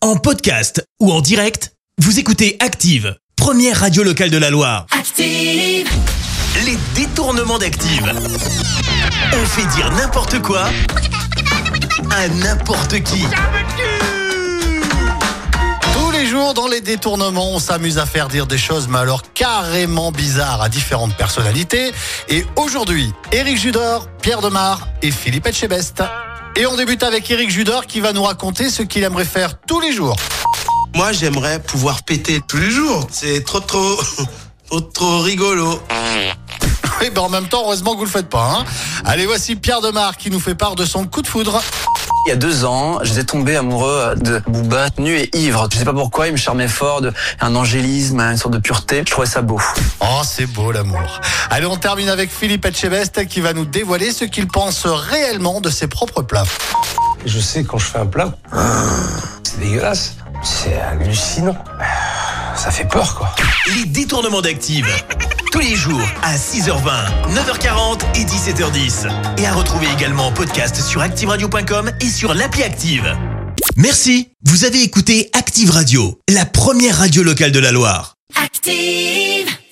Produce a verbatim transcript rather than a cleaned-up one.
En podcast ou en direct, vous écoutez Active, première radio locale de la Loire. Active! Les détournements d'Active. On fait dire n'importe quoi à n'importe qui. Tous les jours, dans les détournements, on s'amuse à faire dire des choses, mais alors carrément bizarres à différentes personnalités. Et aujourd'hui, Éric Judor, Pierre Demar et Philippe Etchebest. Et on débute avec Éric Judor qui va nous raconter ce qu'il aimerait faire tous les jours. Moi, j'aimerais pouvoir péter tous les jours. C'est trop, trop, trop, trop rigolo. Oui, ben en même temps, heureusement que vous le faites pas. Hein. Allez, voici Pierre Demar qui nous fait part de son coup de foudre. Il y a deux ans, j'étais tombé amoureux de Booba, nu et ivre. Je sais pas pourquoi, il me charmait fort, de, un angélisme, une sorte de pureté. Je trouvais ça beau. Oh, c'est beau l'amour. Allez, on termine avec Philippe Etchebest qui va nous dévoiler ce qu'il pense réellement de ses propres plats. Je sais quand je fais un plat, c'est dégueulasse, c'est hallucinant. Ça fait peur, quoi. Les détournements d'Active. Tous les jours à six heures vingt, neuf heures quarante et dix-sept heures dix. Et à retrouver également en podcast sur active radio point com et sur l'appli Active. Merci. Vous avez écouté Active Radio, la première radio locale de la Loire. Active!